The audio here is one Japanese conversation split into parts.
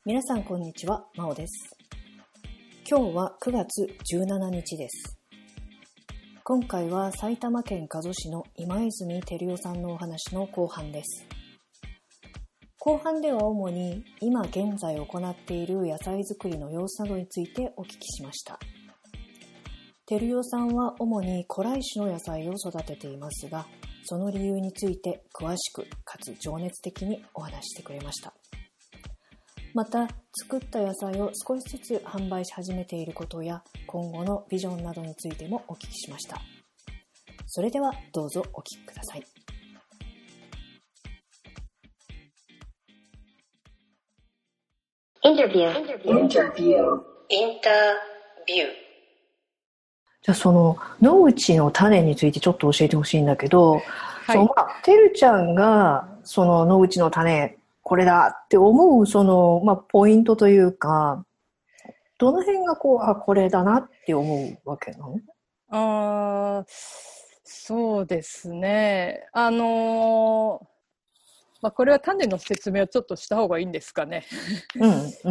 皆さんこんにちは、まおです。今日は9月17日です。今回は埼玉県加須市の今泉照代さんのお話の後半です。後半では主に今現在行っている野菜作りの様子などについてお聞きしました。照代さんは主に古来種の野菜を育てていますが、その理由について詳しくかつ情熱的にお話してくれました。また、作った野菜を少しずつ販売し始めていることや今後のビジョンなどについてもお聞きしました。それではどうぞお聞きください。 インタビュー。 じゃあその野内の種についてちょっと教えてほしいんだけど、 はい、 てるちゃんがその野内の種これだって思うその、ポイントというか、どの辺がこれだなって思うわけなの？ そうですね。これは種の説明をちょっとした方がいいんですかね。そ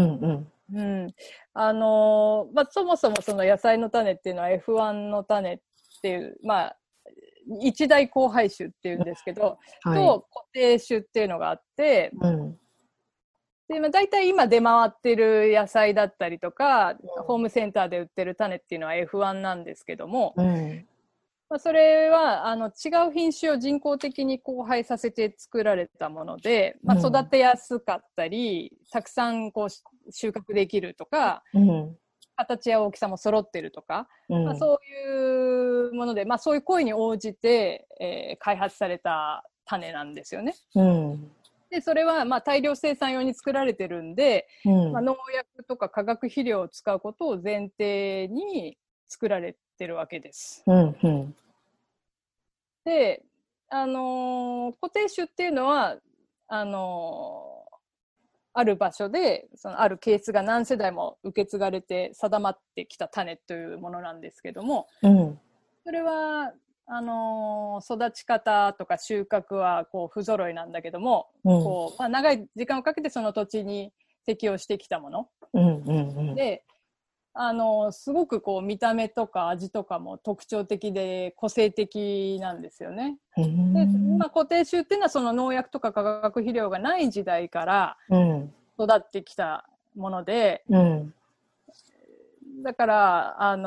もそもその野菜の種っていうのは F1 の種っていう、一大交配種っていうんですけど、 はい、 と固定種っていうのがあって、で大体今出回ってる野菜だったりとか、ホームセンターで売ってる種っていうのは F1 なんですけども、それは違う品種を人工的に交配させて作られたもので、育てやすかったり、たくさん収穫できるとか、形や大きさも揃ってるとか、そういうもので、そういう声に応じて、開発された種なんですよね。でそれは大量生産用に作られてるんで、農薬とか化学肥料を使うことを前提に作られてるわけです。で、固定種っていうのはある場所でそのあるケースが何世代も受け継がれて定まってきた種というものなんですけども、それは育ち方とか収穫は不揃いなんだけども、長い時間をかけてその土地に適応してきたもの、で、すごく見た目とか味とかも特徴的で個性的なんですよね。で、固定種っていうのはその農薬とか化学肥料がない時代から育ってきたもので、だから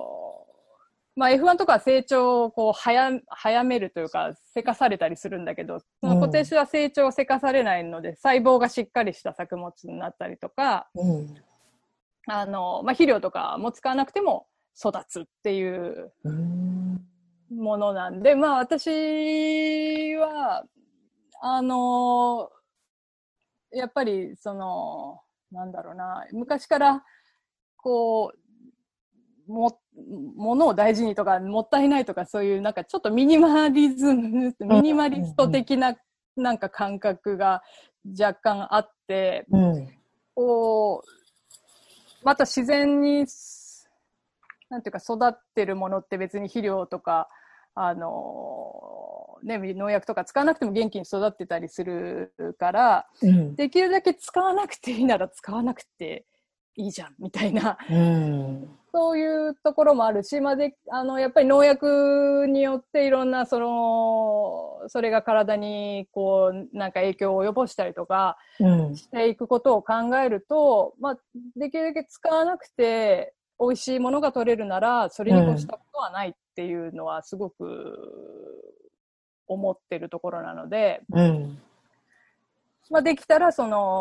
F1 とかは成長を早めるというかせかされたりするんだけど、その固定種は成長をせかされないので、細胞がしっかりした作物になったりとか、肥料とかも使わなくても育つっていうものなんで、私はやっぱり昔から物を大事にとかもったいないとか、そういうちょっとミニマリスト的な感覚が若干あって、また自然に育ってるものって別に肥料とか農薬とか使わなくても元気に育ってたりするから、できるだけ使わなくていいなら使わなくていいじゃんみたいな、そういうところもあるし、やっぱり農薬によっていろんなそれが体に影響を及ぼしたりとかしていくことを考えると、できるだけ使わなくて美味しいものが取れるならそれに越したことはないっていうのはすごく思ってるところなので、できたら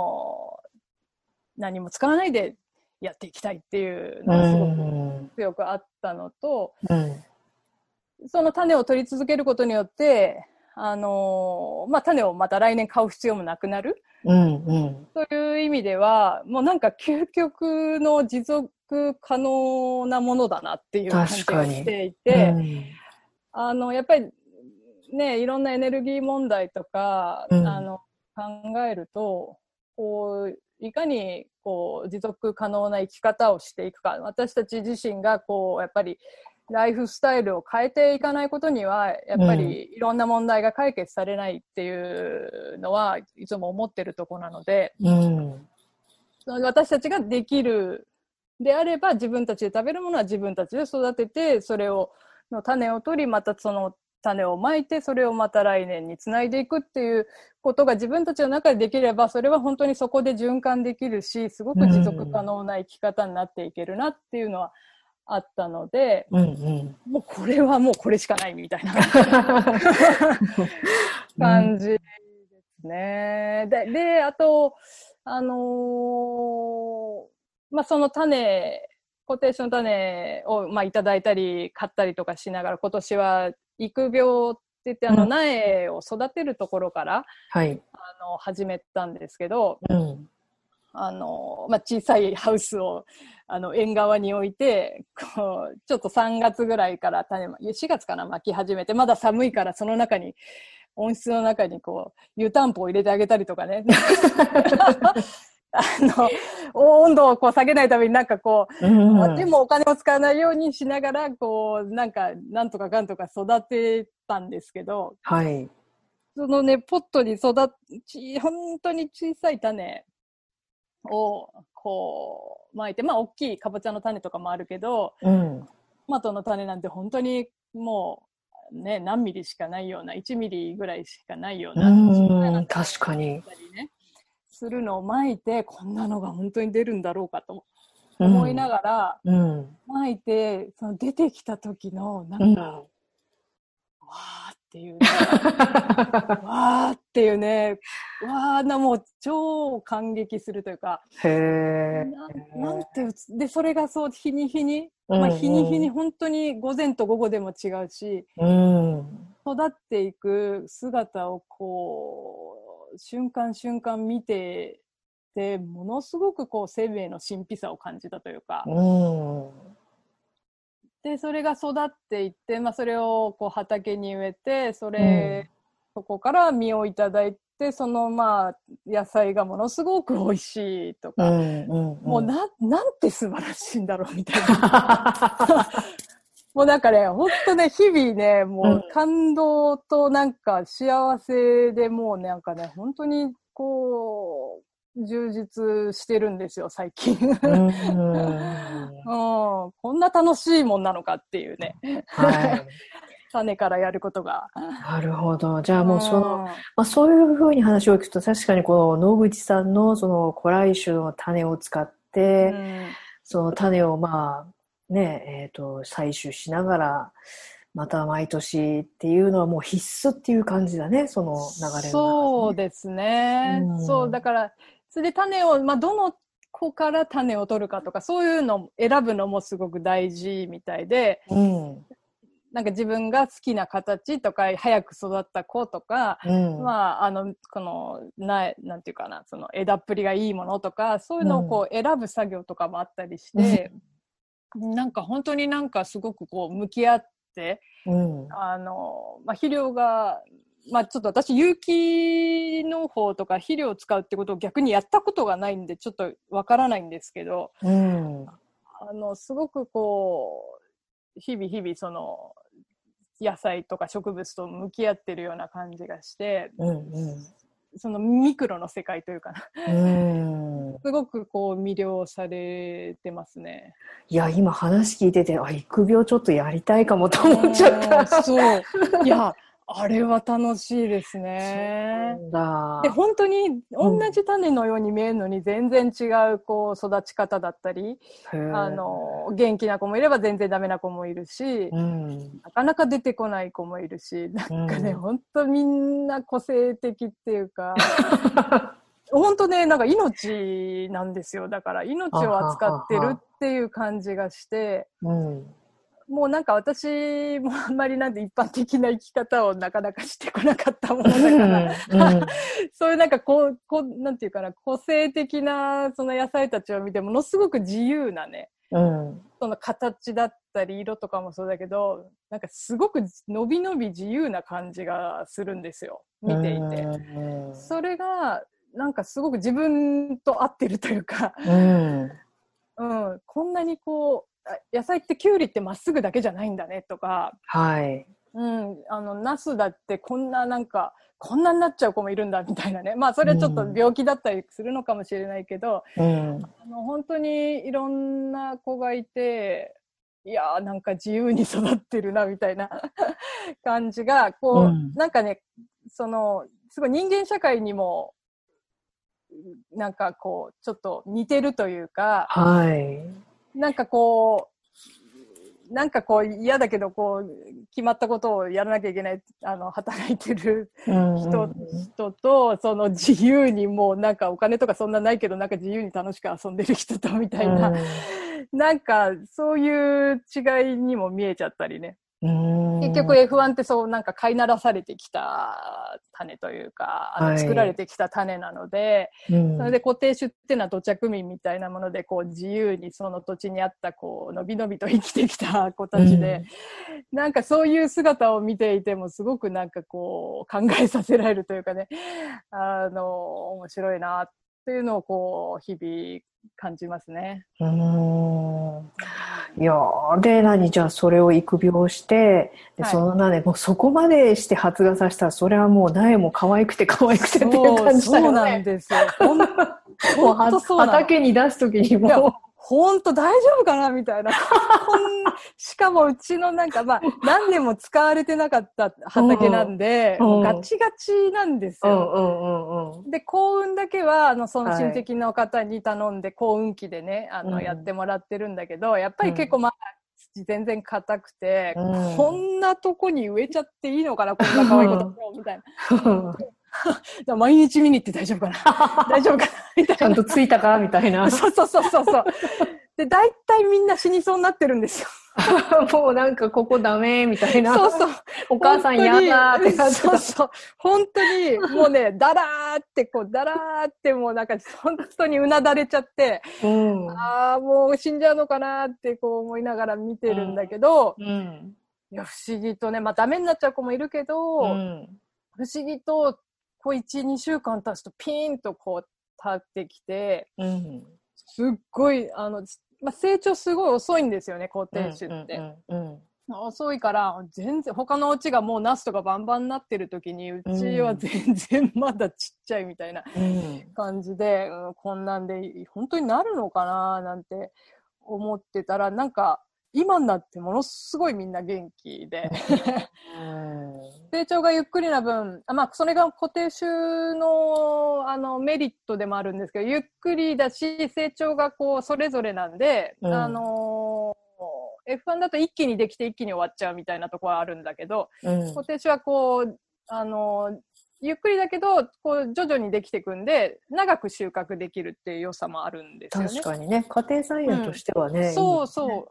何も使わないでやっていきたいっていうのがすごく強くあったのと、その種を取り続けることによって種をまた来年買う必要もなくなる、という意味ではもう究極の持続可能なものだなっていう感じがしていて、やっぱりね、いろんなエネルギー問題とか、考えるといかに持続可能な生き方をしていくか、私たち自身がやっぱりライフスタイルを変えていかないことにはやっぱりいろんな問題が解決されないっていうのはいつも思ってるところなので、 私たちができるであれば、自分たちで食べるものは自分たちで育てて、それを、の種を取り、またその種をまいて、それをまた来年につないでいくっていうことが自分たちの中でできれば、それは本当にそこで循環できるし、すごく持続可能な生き方になっていけるなっていうのはあったので、もうこれはもうこれしかないみたいな感じですね。で、あと、その種、固定種の種を、いただいたり買ったりとかしながら、今年は育苗って言って苗を育てるところから、始めたんですけど、小さいハウスを縁側に置いて、こうちょっと3月ぐらいから4月かな、巻き始めて、まだ寒いからその中に温室の中にこう湯たんぽを入れてあげたりとかね温度をこう下げないためになんかこう、でもお金を使わないようにしながらこうなんとかかんとか育てたんですけど、そのねポットに本当に小さい種をこう巻いて、大きいかぼちゃの種とかもあるけど、トマトの種なんて本当にもうね何ミリしかないような1ミリぐらいしかないような、 確かにするのを巻いて、こんなのが本当に出るんだろうかと思いながら、巻いてその出てきた時のなんか、わーっていうねわーっていうね、わーな、もう超感激するというか、なんてでそれがそう日に日に、日に日に本当に午前と午後でも違うし、育っていく姿をこう瞬間瞬間見てて、ものすごくこう生命の神秘さを感じたというか、でそれが育っていって、それをこう畑に植えて、そこから実をいただいて、その野菜がものすごく美味しいとか、もうなんて素晴らしいんだろうみたいなもうなんかね、ほんとね、日々ね、もう感動となんか幸せで、もうなんかね、本当にこう、充実してるんですよ、最近。こんな楽しいもんなのかっていうね。種からやることが。 なるほど。じゃあもうそういうふうに話を聞くと、確かにこの野口さんのその古来種の種を使って、その種を採取しながら、また毎年っていうのはもう必須っていう感じだね、その流れの中で、ね。 そうですね。そう、だから、それで種を、どの子から種を取るかとか、そういうのを選ぶのもすごく大事みたいで、なんか自分が好きな形とか、早く育った子とか、このなんていうかな、その枝っぷりがいいものとか、そういうのをこう選ぶ作業とかもあったりして、なんか本当になんかすごくこう向き合って、肥料が、ちょっと私有機農法とか肥料を使うってことを逆にやったことがないんでちょっとわからないんですけど、すごくこう日々その野菜とか植物と向き合ってるような感じがして、そのミクロの世界というかすごくこう魅了されてますね。 いや、今話聞いてて、育苗ちょっとやりたいかもと思っちゃった。 そう。いや、あれは楽しいですね。 そうだ。 で、本当に同じ種のように見えるのに全然違うこう育ち方だったり、元気な子もいれば全然ダメな子もいるし、なかなか出てこない子もいるし、なんかね、本当みんな個性的っていうか、本当ね、なんか命なんですよ。だから命を扱ってるっていう感じがして、もうなんか私もあんまりなんで一般的な生き方をなかなかしてこなかったものだから、そういうなんかなんていうかな、個性的なその野菜たちを見てものすごく自由なね、その形だったり色とかもそうだけど、なんかすごくのびのび自由な感じがするんですよ、見ていて。それがなんかすごく自分と合ってるというか、こんなにこう野菜ってキュウリってまっすぐだけじゃないんだねとか、 ナスだってこんなになっちゃう子もいるんだみたいなね。まあそれはちょっと病気だったりするのかもしれないけど、本当にいろんな子がいて、いやーなんか自由に育ってるなみたいな感じが、こう、なんかね、すごい人間社会にも、なんかこう、ちょっと似てるというか、 はい。 なんか嫌だけど、決まったことをやらなきゃいけない、働いてる人と、その自由にもうなんかお金とかそんなないけど、なんか自由に楽しく遊んでる人とみたいな、なんかそういう違いにも見えちゃったりね。結局 F1 ってそうなんか飼いならされてきた種というか、作られてきた種なので、それで固定種っていうのは土着民みたいなもので、こう自由にその土地にあったこうのびのびと生きてきた子たちで、なんかそういう姿を見ていてもすごくなんかこう考えさせられるというかね、面白いなっていうのをこう日々感じますね。 いやでじゃあそれを育苗してで、はい、その苗もうそこまでして発芽させたらそれはもう苗も可愛くて可愛くてっていう感じだよね。 そうなんですよ。 もう畑に出すときにもう本当大丈夫かなみたいな。しかもうちのなんか何年も使われてなかった畑なんで、ガチガチなんですよ。で、幸運だけはその親戚の方に頼んで幸運期でね、やってもらってるんだけど、やっぱり結構土全然硬くて、こんなとこに植えちゃっていいのかな、こんな可愛いことみたいな。毎日見に行って大丈夫かな大丈夫かなみたいな。 ちゃんとついたかみたいな。 そう。で、大体みんな死にそうになってるんですよ。 もうなんかここダメみたいな。 そう。 お母さん嫌だってなってた。 そう。本当にもうね、ダラーってもうなんか本当にうなだれちゃって、もう死んじゃうのかなってこう思いながら見てるんだけど、いや、不思議とね、ダメになっちゃう子もいるけど、不思議とこう1、2週間経つとピーンとこう立ってきて、すっごい、成長すごい遅いんですよね、固定種って。遅いから、全然、他のお家がもうナスとかバンバンになってる時に、うちは全然まだちっちゃいみたいな感じで、こんなんで本当になるのかななんて思ってたら、なんか、今になってものすごいみんな元気で成長がゆっくりな分、それが固定種のメリットでもあるんですけど、ゆっくりだし成長がこうそれぞれなんで、F1 だと一気にできて一気に終わっちゃうみたいなところはあるんだけど、固定種はこうゆっくりだけどこう徐々にできていくんで長く収穫できるっていう良さもあるんですよね。 確かにね、家庭菜園としてはね、 そう、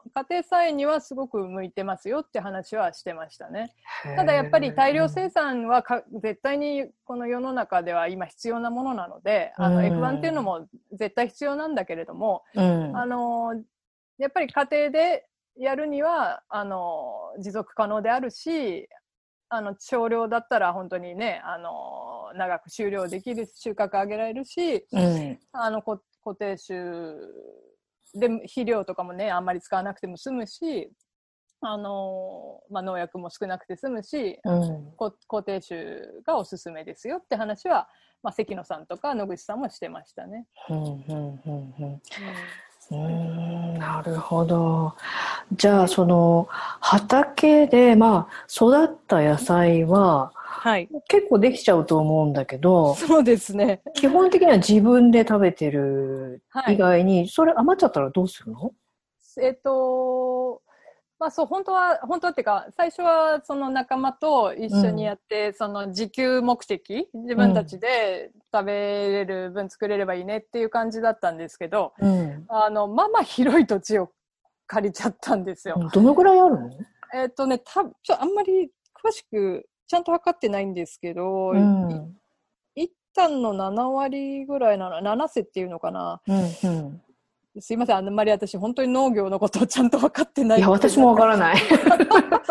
家庭菜園にはすごく向いてますよって話はしてましたね。ただやっぱり大量生産は絶対にこの世の中では今必要なものなので、F1 っていうのも絶対必要なんだけれども、やっぱり家庭でやるには持続可能であるし、少量だったら本当にね、長く収穫上げられるし、固定種で肥料とかもね、あんまり使わなくても済むし、農薬も少なくて済むし、固定種がおすすめですよって話は、関野さんとか野口さんもしてましたね。 なるほど。じゃあその畑で育った野菜は、結構できちゃうと思うんだけど、 そうですね。 基本的には自分で食べてる以外に、それ余っちゃったらどうするの？ そう本当はっていうか、最初はその仲間と一緒にやって、その自給目的、自分たちで食べれる分作れればいいねっていう感じだったんですけど、広い土地を借りちゃったんですよ。 どのぐらいあるの？ あんまり詳しくちゃんと測ってないんですけど、一旦の7割ぐらいなの、7世っていうのかな。すいません、あんまり私本当に農業のことをちゃんと分かってない。 いや、私も分からない。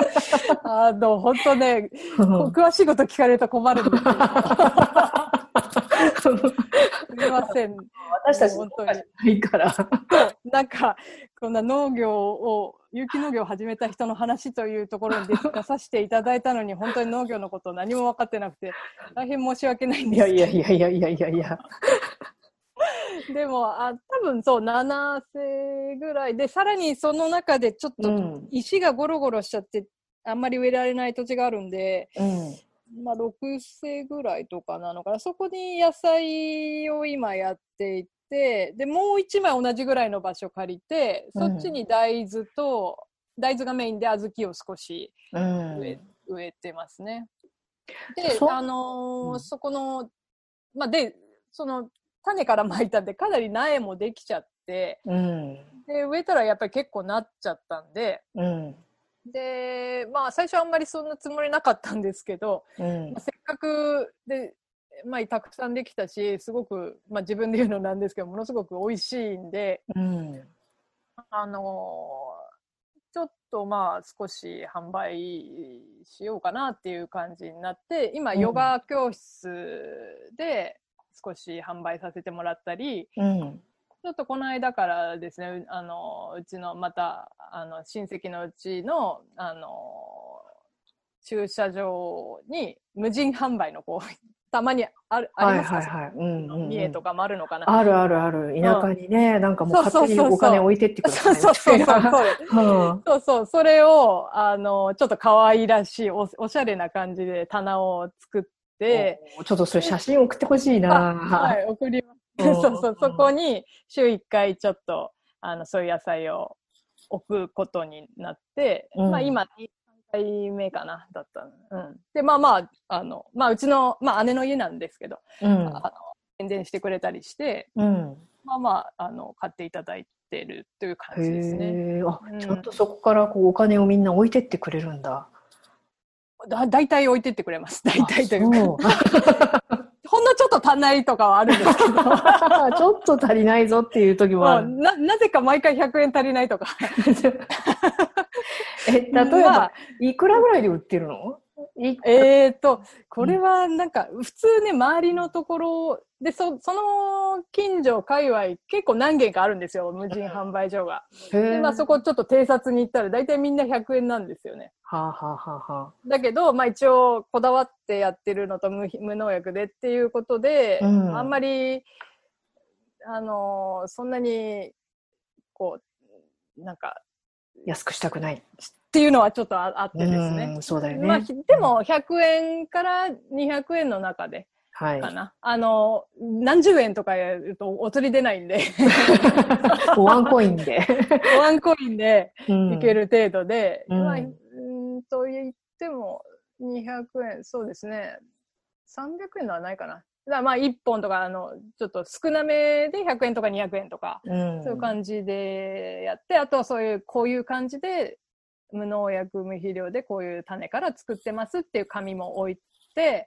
本当ね、詳しいこと聞かれると困るんですけど。 すみません。 私たち本当にないから。 なんか、こんな有機農業を始めた人の話というところに出させていただいたのに、本当に農業のこと何も分かってなくて、大変申し訳ないんですけど。 いや。 でも、多分そう、7世ぐらいで、さらにその中でちょっと石がゴロゴロしちゃって、あんまり植えられない土地があるんで、まあ、6世ぐらいとかなのかな。そこに野菜を今やっていて、で、もう1枚同じぐらいの場所借りて、そっちに大豆がメインで小豆を少し植えてますね。で、そこの、まあ、で、その種からまいたんで、かなり苗もできちゃって、で、植えたらやっぱり結構なっちゃったんで、で、まあ最初はあんまりそんなつもりなかったんですけど、まあ、せっかくで、まあたくさんできたし、すごく、まあ自分で言うのなんですけど、ものすごく美味しいんで、ちょっとまあ少し販売しようかなっていう感じになって、今ヨガ教室で少し販売させてもらったり、ちょっとこの間からですね、うちのまた親戚のうちの駐車場に無人販売のこうたまにありますか？三重とかもあるのかな。 ある。田舎にね、なんかもう勝手にお金置いてってください。 そう。それをちょっと可愛らしいおしゃれな感じで棚を作って、 ちょっとそれ写真送ってほしいな。 はい、送ります。そこに週1回ちょっとそういう野菜を置くことになって、まあ今2、3回目かなだったの。で、まあうちの、まあ姉の家なんですけど、宣伝してくれたりして、買っていただいてるという感じですね。 ちゃんとそこからこうお金をみんな置いてってくれるんだ。 大体置いてってくれます。大体というか。ほんのちょっと足んないとかはあるんですけど。 ちょっと足りないぞっていう時もある。 なぜか毎回100円足りないとか。 例えば、いくらぐらいで売ってるの？ これはなんか、普通ね、周りのところで、その近所、界隈、結構何軒かあるんですよ、無人販売所が。で、まあそこちょっと偵察に行ったら、大体みんな100円なんですよね。だけど、まあ一応、こだわってやってるのと無農薬でっていうことで、あんまり、そんなに、こう、なんか、 安くしたくない。 っていうのはちょっとあってですね。 そうだよね。 まあ、でも100円から200円の中でかな。何十円とかやるとお釣り出ないんで。 ワンコインで。 ワンコインでいける程度で、と言っても200円、そうですね。300円のはないかな。だからまあ1本とかちょっと少なめで100円とか200円とか、そういう感じでやって、あとはこういう感じで無農薬無肥料でこういう種から作ってますっていう紙も置いて、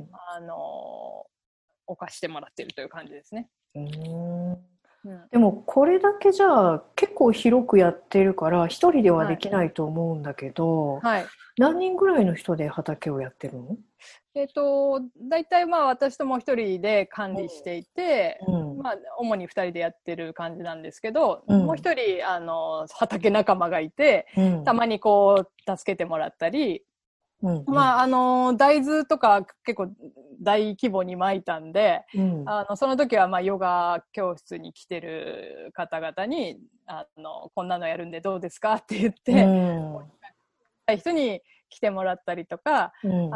置かしてもらってるという感じですね。 でもこれだけじゃあ結構広くやってるから一人ではできないと思うんだけど、何人ぐらいの人で畑をやってるの？ 大体まあ私ともう一人で管理していて、まあ主に二人でやってる感じなんですけど、もう一人畑仲間がいて、たまにこう助けてもらったり、まあ大豆とか結構大規模にまいたんで、その時はまあヨガ教室に来てる方々にこんなのやるんでどうですかって言って、人に来てもらったりとか、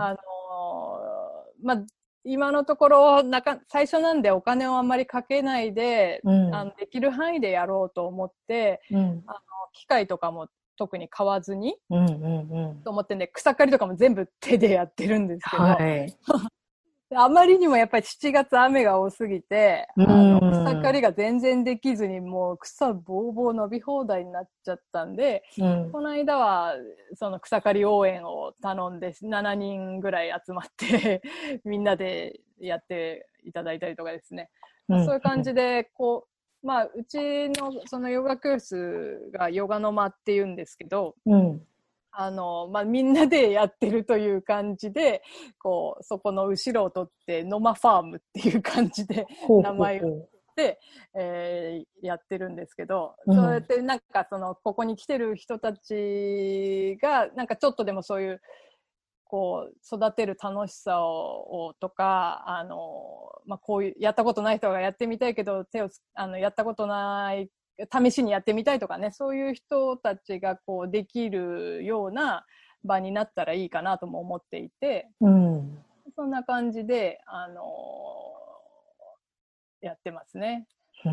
まあ、今のところ最初なんでお金をあんまりかけないで、できる範囲でやろうと思って、機械とかも特に買わずに、と思ってね、草刈りとかも全部手でやってるんですけど、あまりにもやっぱり7月雨が多すぎて、草刈りが全然できずにもう草ぼうぼう伸び放題になっちゃったんで、この間はその草刈り応援を頼んで7人ぐらい集まってみんなでやっていただいたりとかですね。そういう感じでこう、まあうちのそのヨガ教室がヨガの間っていうんですけど、 みんなでやってるという感じで、こう、そこの後ろを取って、ノマファームっていう感じで、名前をで、やってるんですけど、そうやってなんかここに来てる人たちが、なんかちょっとでもそういう、こう、育てる楽しさをとか、こういう、やったことない人がやってみたいけど、やったことない、試しにやってみたいとかね、そういう人たちがこう、できるような場になったらいいかなとも思っていて、そんな感じで、やってますね。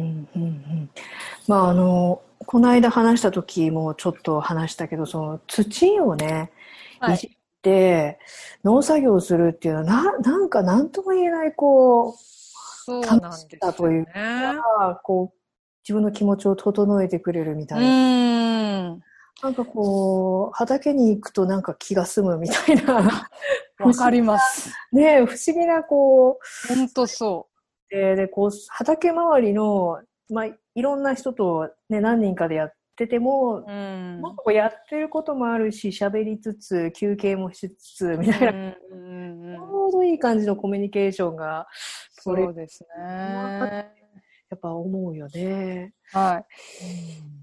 この間話した時もちょっと話したけど、その土をね、いじって農作業をするっていうのはなんか何とも言えないこう楽しさというか、こう自分の気持ちを整えてくれるみたいな。なんかこう畑に行くとなんか気が済むみたいな。 わかります。 ね、不思議なこう。本当そう。 で、こう、畑周りの、いろんな人とね、何人かでやってても、なんかこうやってることもあるし、喋りつつ、休憩もしつつ、みたいな、ちょうどいい感じのコミュニケーションが取れる。そうですね。 やっぱ思うよね。 はい。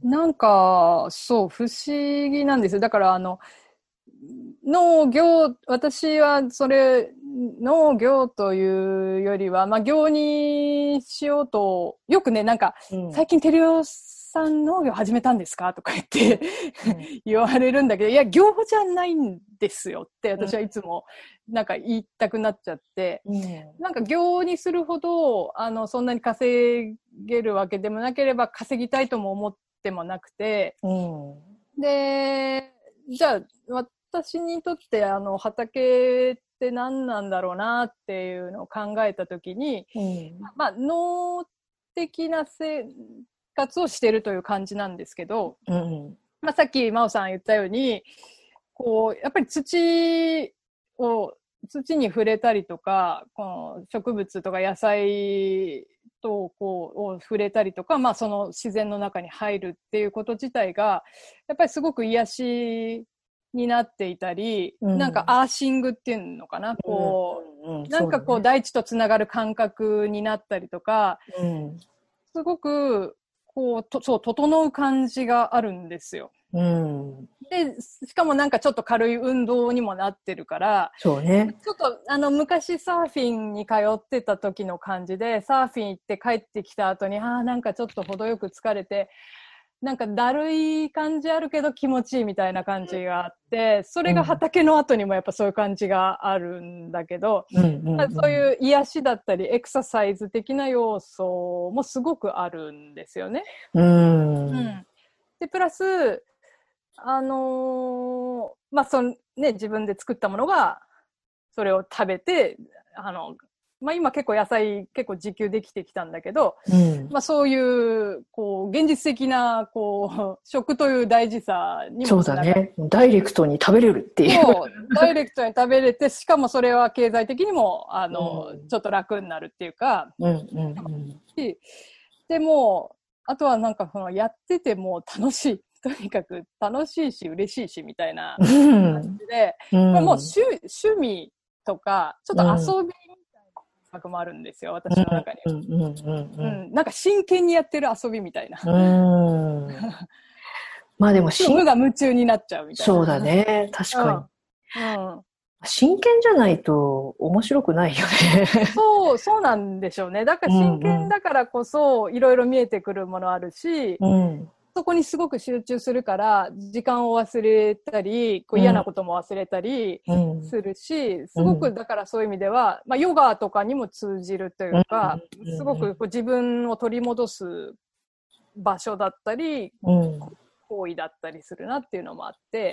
なんか、そう、不思議なんですよ。だから私は農業というよりは、業にしようと、よくね、なんか、最近テレオさん農業始めたんですかとか言って、言われるんだけど、いや、業じゃないんですよって私はいつもなんか言いたくなっちゃって、なんか業にするほど、そんなに稼げるわけでもなければ稼ぎたいとも思ってもなくて、で、じゃあ、私にとって畑って何なんだろうなっていうのを考えたときに、農的な生活をしてるという感じなんですけど、さっき真央さん言ったように、こう、やっぱり土に触れたりとか、この植物とか野菜とを触れたりとか、その自然の中に入るっていうこと自体が、やっぱりすごく癒しになっていたり、なんかアーシングっていうのかな、こう、なんかこう大地とつながる感覚になったりとか、すごくこうそう整う感じがあるんですよ。で、しかもなんかちょっと軽い運動にもなってるから、 そうね。 ちょっと昔サーフィンに通ってた時の感じで、サーフィン行って帰ってきた後に、なんかちょっと程よく疲れて、なんかだるい感じあるけど気持ちいいみたいな感じがあって、それが畑の後にもやっぱそういう感じがあるんだけど、そういう癒しだったりエクササイズ的な要素もすごくあるんですよね。で、プラス、自分で作ったものが、それを食べて、今結構野菜結構自給できてきたんだけど、そういう、こう、現実的な、こう、食という大事さにも。 そうだね。ダイレクトに食べれるっていう。 そう、ダイレクトに食べれて、しかもそれは経済的にも、ちょっと楽になるっていうか、でも、あとはなんかやってても楽しい。とにかく楽しいし嬉しいしみたいな感じで、これもう趣味とか、ちょっと遊びみたいな感覚もあるんですよ、私の中に。なんか真剣にやってる遊びみたいな。でも無我夢中になっちゃうみたいな。 そうだね、確かに。真剣じゃないと面白くないよね。 そうなんでしょうね。だから真剣だからこそいろいろ見えてくるものあるし、そこにすごく集中するから、時間を忘れたり、こう嫌なことも忘れたりするし、すごくだからそういう意味では、ヨガとかにも通じるというか、すごくこう自分を取り戻す場所だったり、行為だったりするなっていうのもあって、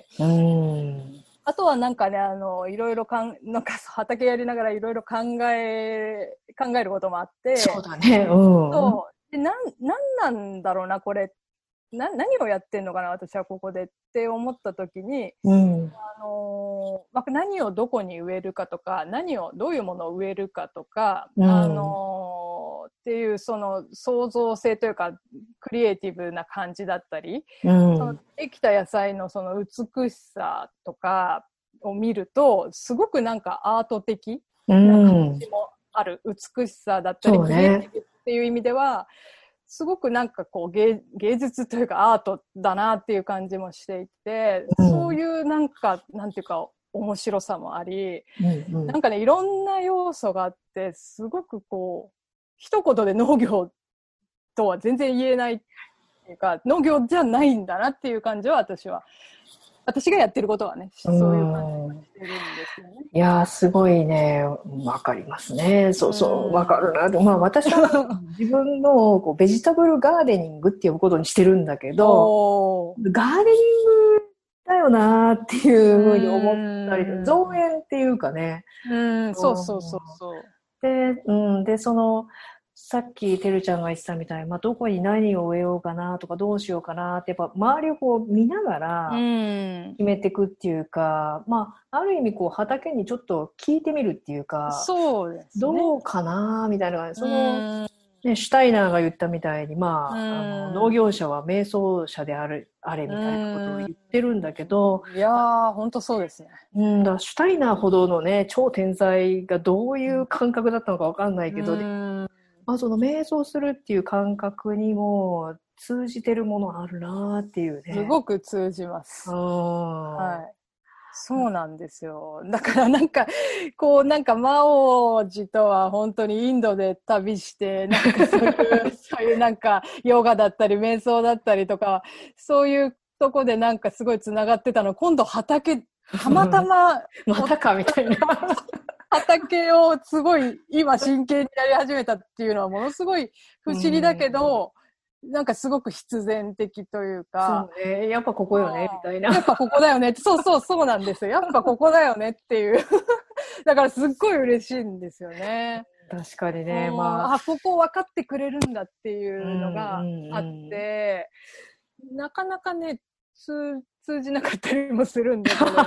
あとはなんかね、いろいろなんか畑やりながらいろいろ考えることもあって。 そうだね。 でなんだろうな、これ。何をやってんのかな、私はここでって思った時に、何をどこに植えるかとか、どういうものを植えるかとか、っっていうその創造性というかクリエイティブな感じだったり、 うん、 そのできた野菜のその美しさとかを見るとすごくなんかアート的な感じもある、美しさだったり、クリエイティブっていう意味ではすごくなんかこう芸術というかアートだなっていう感じもしていて、そういうなんかなんていうか面白さもあり、なんかねいろんな要素があってすごくこう一言で農業とは全然言えないっていうか、農業じゃないんだなっていう感じは私がやってることはね、そういう感じがしてるんですよね。 いやー、すごいね、わかりますね。そうそう、わかるな。まあ私は自分のこうベジタブルガーデニングって呼ぶことにしてるんだけど、ガーデニングだよなーっていうふうに思ったり、造園っていうかね。 そうそうそうそう。 で、さっきてるちゃんが言ってたみたいに、まあ、どこに何を植えようかなとかどうしようかなってやっぱ周りをこう見ながら決めていくっていうか、まあ、ある意味こう畑にちょっと聞いてみるっていうか、 そうですね、 どうかなみたいな、ね、シュタイナーが言ったみたいに、まあ、農業者は瞑想者であれみたいなことを言ってるんだけど、 いやー本当そうですね。 だからシュタイナーほどのね超天才がどういう感覚だったのかわかんないけど、まあ、その瞑想するっていう感覚にも通じてるものあるなっていうね。 すごく通じます。はい。そうなんですよ。だからなんか、こうなんか魔王子とは本当にインドで旅して、なんかそういうなんかヨガだったり瞑想だったりとか、そういうとこでなんかすごい繋がってたの、今度畑、たまたま、 またかみたいな。 畑をすごい今真剣にやり始めたっていうのはものすごい不思議だけど、なんかすごく必然的というか。 そうね。やっぱここよね、みたいな。 やっぱここだよね。そうなんですよ。やっぱここだよねっていう。だからすっごい嬉しいんですよね。 確かにね。まあ、 ここ分かってくれるんだっていうのがあって、なかなかね、通じなかったりもするんだけど。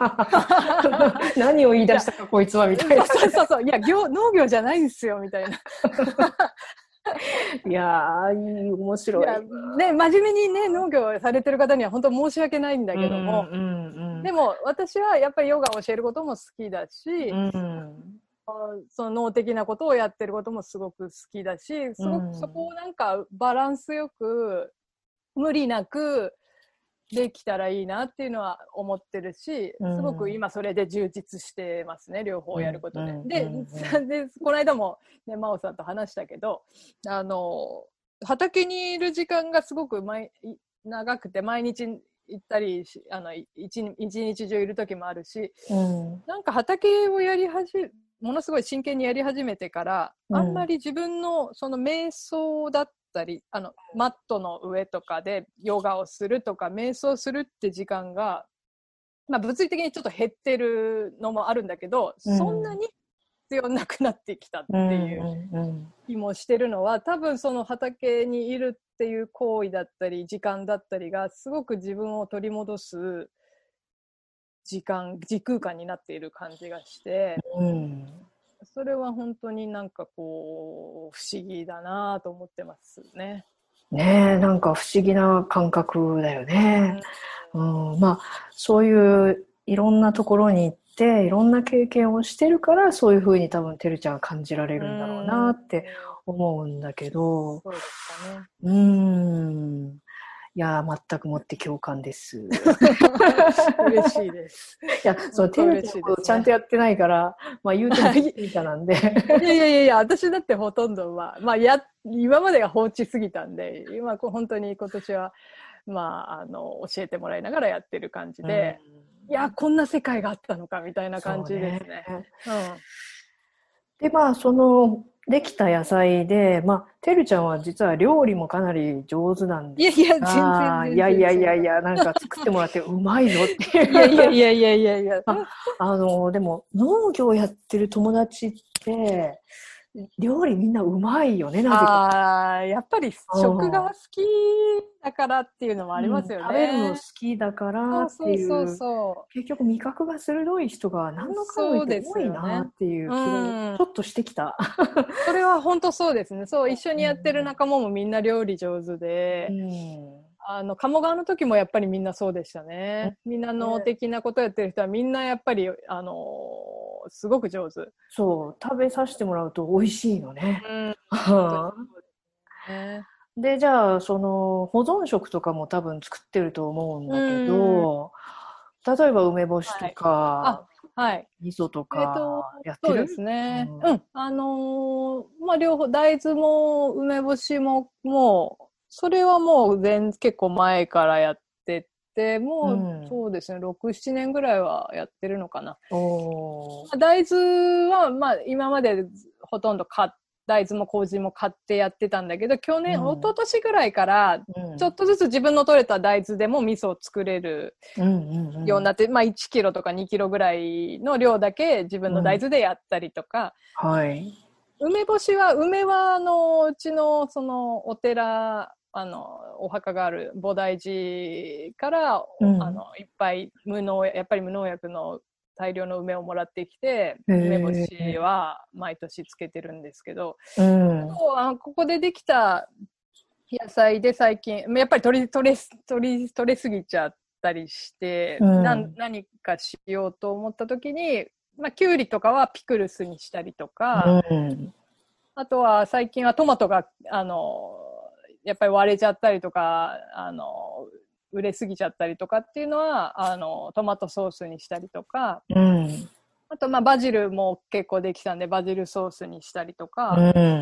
何を言い出したかこいつはみたいな。 そう。いや、農業じゃないんですよ、みたいな。 いやー、面白い。いやね、真面目にね、農業されてる方には本当申し訳ないんだけども、でも私はやっぱりヨガを教えることも好きだし、その脳的なことをやってることもすごく好きだし、すごくそこをなんかバランスよく、無理なくできたらいいなっていうのは思ってるし、すごく今それで充実してますね、両方やることで。で、この間もね、真央さんと話したけど、畑にいる時間がすごく長くて、毎日行ったり一日中いる時もあるし、なんか畑をものすごい真剣にやり始めてから、あんまり自分のその瞑想だったり、マットの上とかでヨガをするとか瞑想するって時間が、まあ物理的にちょっと減ってるのもあるんだけど、そんなに必要なくなってきたっていう気もしてるのは、多分その畑にいるっていう行為だったり時間だったりがすごく自分を取り戻す時空間になっている感じがして、それは本当になんかこう不思議だなと思ってますね。 ねえ、なんか不思議な感覚だよね。まあそういういろんなところに行っていろんな経験をしてるからそういうふうに多分てるちゃんは感じられるんだろうなって思うんだけど。 そうですかね。 いや全くもって共感です。 嬉しいです。 いや、てるちゃんをちゃんとやってないから、まあ言うてもいいかなんで。 いや、私だってほとんどは、まあ今までが放置すぎたんで、今本当に今年は、まあ教えてもらいながらやってる感じで、いや、こんな世界があったのかみたいな感じですね。 で、まあできた野菜で、まあ、てるちゃんは実は料理もかなり上手なんですが、いや、なんか作ってもらってうまいぞっていう。 いや。 でも農業やってる友達って、 料理みんなうまいよね、なぜか。 ああ、やっぱり食が好きだからっていうのもありますよね。 食べるの好きだからっていう。 そうそうそう。 結局味覚が鋭い人が何のかんの言って多いなっていう気がちょっとしてきた。 それは本当そうですね。そう、一緒にやってる仲間もみんな料理上手で、鴨川の時もやっぱりみんなそうでしたね。みんな能的なことやってる人はみんなやっぱり、すごく上手。 そう、食べさせてもらうと美味しいのね。で、じゃあ、その、保存食とかも多分作ってると思うんだけど、例えば梅干しとか、味噌とか、やってる？ そうですね。まあ、両方、大豆も梅干しも、もう、それはもう結構前からやってて、もう、そうですね、6、7年ぐらいはやってるのかな。大豆は、まあ、今までほとんど大豆も麹も買ってやってたんだけど、一昨年ぐらいから、ちょっとずつ自分の取れた大豆でも味噌を作れるようになって、まあ1キロとか2キロぐらいの量だけ自分の大豆でやったりとか、梅干しは、梅はうちのそのお寺、お墓がある菩提寺から、いっぱいやっぱり無農薬の大量の梅をもらってきて、梅干しは毎年つけてるんですけど、ここでできた野菜で最近、やっぱり取れすぎちゃったりして、何かしようと思った時に、まあ、きゅうりとかはピクルスにしたりとか、あとは最近はトマトが、やっぱり割れちゃったりとか、売れすぎちゃったりとかっていうのはトマトソースにしたりとか、あとまあバジルも結構できたんでバジルソースにしたりとか、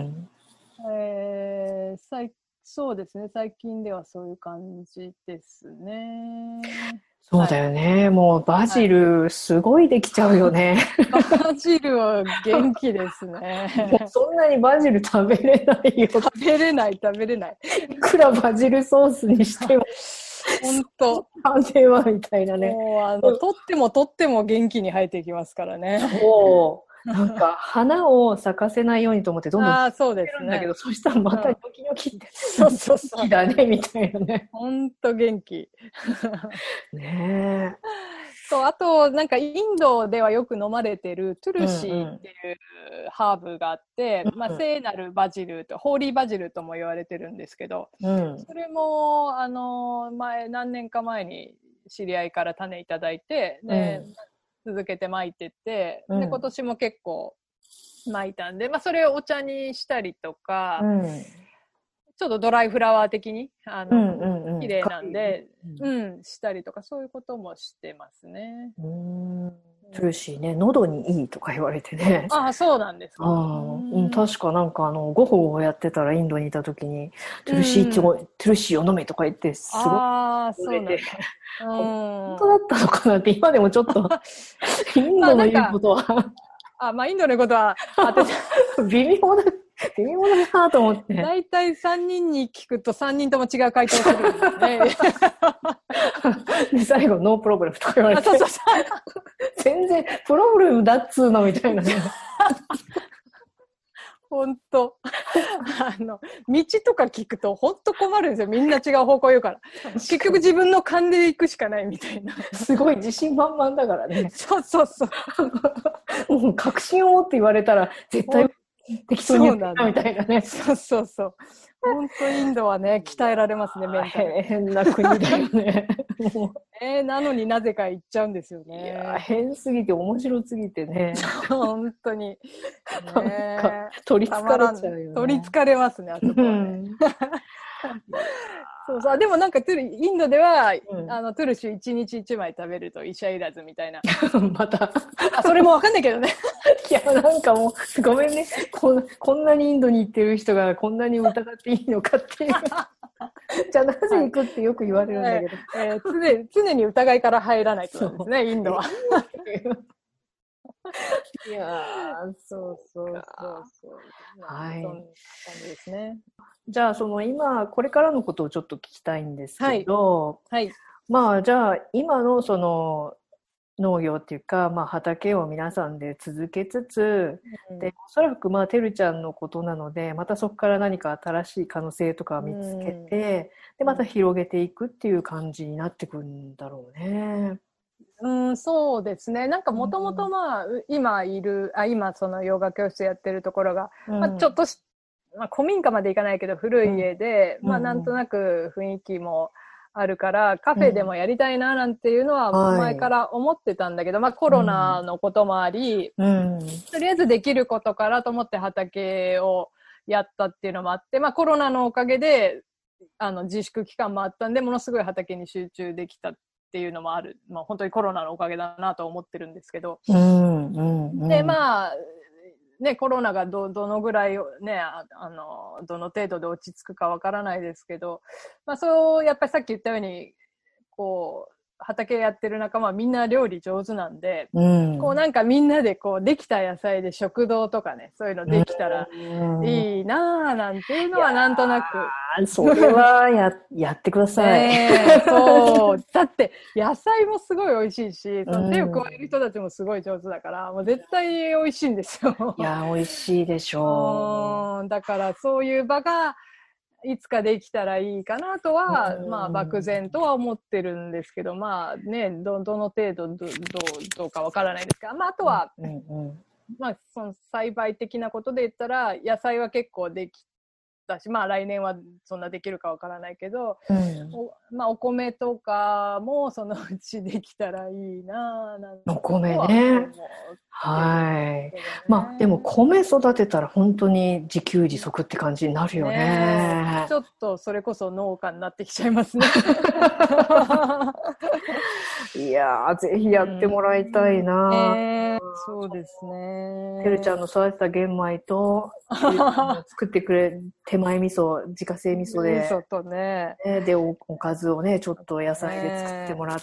そうですね、最近ではそういう感じですね。 そうだよね、もうバジルすごいできちゃうよね。 バジルは元気ですね。 そんなにバジル食べれないよ。 食べれない。いくらバジルソースにしても。 本当。 食べはみたいなね。 もう取っても元気に生えていきますからね。 そう。なんか花を咲かせないようにと思ってどんどんそうですね。 だけど、そしたらまたニョキニョキって、 そう元気だねみたいなね。 本当元気。 ねえ。 あと、なんかインドではよく飲まれてるトゥルシーっていうハーブがあって、まあ、聖なるバジルと、ホーリーバジルとも言われてるんですけど、それも、何年か前に知り合いから種いただいて、で、続けて巻いてって、で、今年も結構巻いたんで、まあ、それをお茶にしたりとか、ちょっとドライフラワー的に、綺麗なんで、したりとか、そういうこともしてますね。 トゥルシーね、喉にいいとか言われてね。 そうなんですか。 確かなんかゴホゴホやってたらインドにいた時に、トゥルシーを飲めとか言って、すごい言われて。本当だったのかなって今でもちょっと、インドの言うことは。 まあインドのことは、 微妙だなと思って。 大体3人に聞くと3人とも違う回答するんですね。 で、最後、ノープロブレムとか言われて。全然、プロブレムだっつーのみたいなね。 本当道とか聞くと本当困るんですよ。みんな違う方向言うから。結局自分の勘で行くしかないみたいな。 すごい自信満々だからね。 そう。 もう確信を持って言われたら絶対適当に言ったみたいなね。 そう。本当インドはね、鍛えられますね、メンタル。 変な国だよね。 なのになぜか行っちゃうんですよね。 いや、変すぎて面白すぎてね。 本当に。 なんか取りつかれちゃうよね。 取りつかれますね、あそこはね。そう。でもなんかインドでは、トゥルシー1日1枚食べると医者いらずみたいな。 また。 それもわかんないけどね。 いや、なんかもう、ごめんね。こんなにインドに行ってる人がこんなに疑っていいのかっていう。じゃあなぜ行くってよく言われるんだけど。 常に疑いから入らないとですね、インドは。 いやー、 そう。 はい。 そんな感じですね。 じゃあ、今、これからのことをちょっと聞きたいんですけど、まあ、じゃあ、今の農業っていうか、まあ、畑を皆さんで続けつつ、でおそらくまあてるちゃんのことなのでまたそこから何か新しい可能性とかを見つけて、でまた広げていくっていう感じになってくるんだろうね。 そうですね。なんかもともとまあ、今そのヨガ教室やってるところが、まあ、ちょっとまあ、古民家まで行かないけど古い家で、まあなんとなく雰囲気もあるからカフェでもやりたいななんていうのは前から思ってたんだけど、まあコロナのこともあり、とりあえずできることからと思って畑をやったっていうのもあって、まあコロナのおかげで自粛期間もあったんでものすごい畑に集中できたっていうのもある、まあ本当にコロナのおかげだなと思ってるんですけど、でまあね、コロナがどのぐらい、ね、どの程度で落ち着くかわからないですけど、まあ、そうやっぱりさっき言ったようにこう畑やってる仲間はみんな料理上手なんで、こうなんかみんなでこうできた野菜で食堂とかね、そういうのできたらいいなぁなんていうのはなんとなく。 それはやってください。 そう。だって野菜もすごい美味しいし、その手を加える人たちもすごい上手だから、もう絶対美味しいんですよ。 いや、美味しいでしょう。だからそういう場がいつかできたらいいかなとは、まあ漠然とは思ってるんですけど、まあね、どの程度どうかわからないですが、まああとは、まあその栽培的なことで言ったら、野菜は結構できたし、まあ来年はそんなできるかわからないけど、まあお米とかもそのうちできたらいいなぁなんて。 お米ね。はい。まあでも米育てたら本当に自給自足って感じになるよね。 ちょっとそれこそ農家になってきちゃいますね。 いやー、ぜひやってもらいたいな、 そうですね。 てるちゃんの育てた玄米と作ってくれ手前味噌、自家製味噌で、 味噌とね、 で おかずをねちょっと野菜で作ってもらって、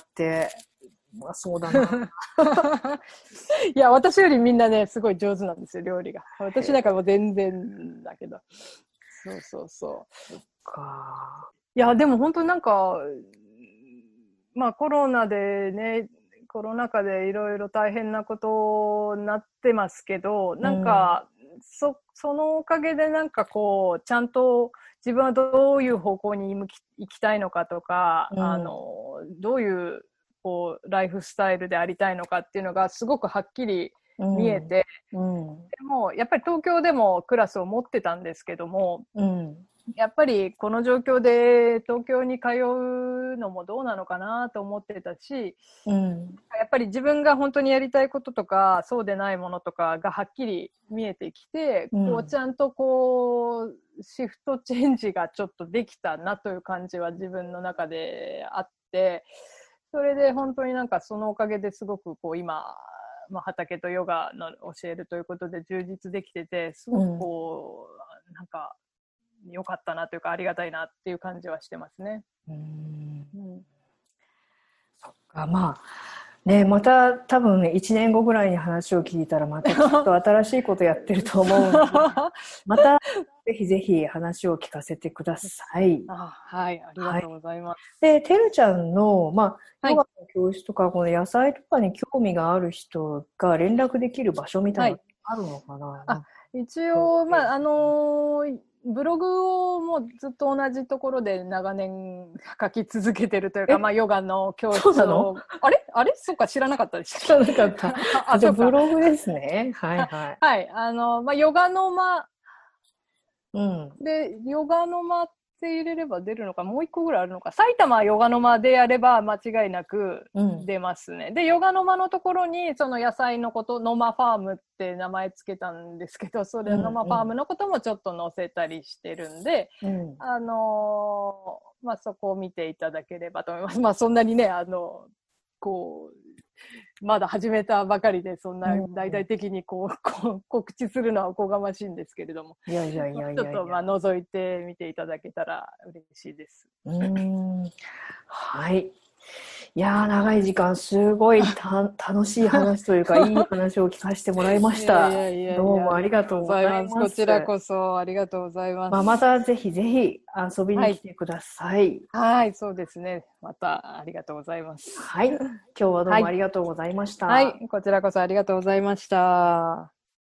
まあ、そうだな。 いや私よりみんなねすごい上手なんですよ料理が。私なんかもう全然だけど。そう。そっか。いやでも本当になんかまあコロナでね、コロナ禍でいろいろ大変なことになってますけど、なんか、そのおかげでなんかこう、ちゃんと自分はどういう方向に行きたいのかとか、どういうこうライフスタイルでありたいのかっていうのがすごくはっきり見えて、でもやっぱり東京でもクラスを持ってたんですけども、やっぱりこの状況で東京に通うのもどうなのかなと思ってたし、やっぱり自分が本当にやりたいこととかそうでないものとかがはっきり見えてきて、こうちゃんとこうシフトチェンジがちょっとできたなという感じは自分の中であって、それで本当になんかそのおかげですごくこう今、まあ、畑とヨガの教えるということで充実できてて、すごくこう、なんか良かったなというかありがたいなっていう感じはしてますね。 そっか、まあね、また多分1年後ぐらいに話を聞いたらまたきっと新しいことやってると思うのでまたぜひぜひ話を聞かせてください。 はい、ありがとうございます。 で、てるちゃんの、まあ、ヨガの教室とか、この野菜とかに興味がある人が連絡できる場所みたいなのあるのかな？ 一応、まあ、ブログをもうずっと同じところで長年書き続けてるというか、まあ、ヨガの教室を。あれそっか、知らなかったでした。 知らなかった。じゃあ、ブログですね。はいはい。 はい。まあ、ヨガの間。で、ヨガの間って入れれば出るのか、もう一個ぐらいあるのか。埼玉ヨガの間でやれば間違いなく出ますね。で、ヨガの間のところに、その野菜のこと、ノマファームって名前つけたんですけど、それノマファームのこともちょっと載せたりしてるんで、まあ、そこを見ていただければと思います。まあ、そんなにね、こう、まだ始めたばかりで、そんな大々的にこう告知するのはおこがましいんですけれども、ちょっとまあ覗いてみていただけたら嬉しいです。 はい。 いやー、長い時間、すごい楽しい話というか、いい話を聞かせてもらいました。どうもありがとうございます。 こちらこそありがとうございます。 またぜひぜひ遊びに来てください。 はい、そうですね。またありがとうございます。 はい、今日はどうもありがとうございました。 はい、こちらこそありがとうございました。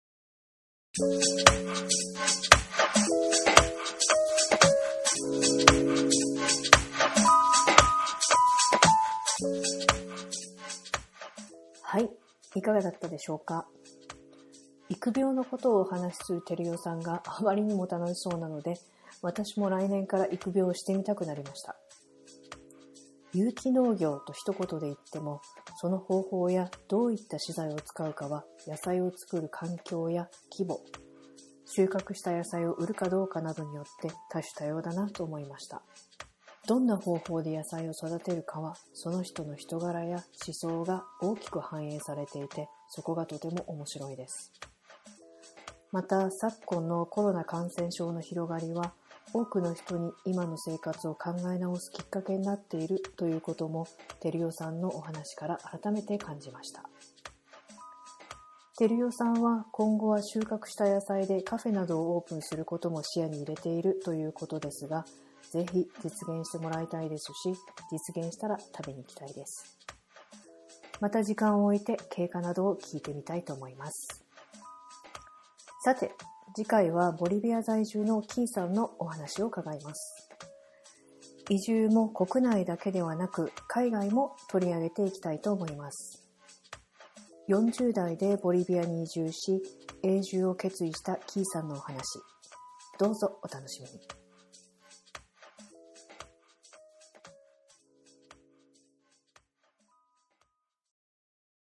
はい、いかがだったでしょうか。育苗のことをお話しする照代さんがあまりにも楽しそうなので、私も来年から育苗をしてみたくなりました。有機農業と一言で言っても、その方法やどういった資材を使うかは野菜を作る環境や規模、収穫した野菜を売るかどうかなどによって多種多様だなと思いました。どんな方法で野菜を育てるかは、その人の人柄や思想が大きく反映されていて、そこがとても面白いです。また、昨今のコロナ感染症の広がりは、多くの人に今の生活を考え直すきっかけになっているということも、照代さんのお話から改めて感じました。照代さんは今後は収穫した野菜でカフェなどをオープンすることも視野に入れているということですが、ぜひ実現してもらいたいですし、実現したら食べに行きたいです。また時間を置いて経過などを聞いてみたいと思います。さて、次回はボリビア在住のキーさんのお話を伺います。移住も国内だけではなく海外も取り上げていきたいと思います。40代でボリビアに移住し、永住を決意したキーさんのお話、どうぞお楽しみに。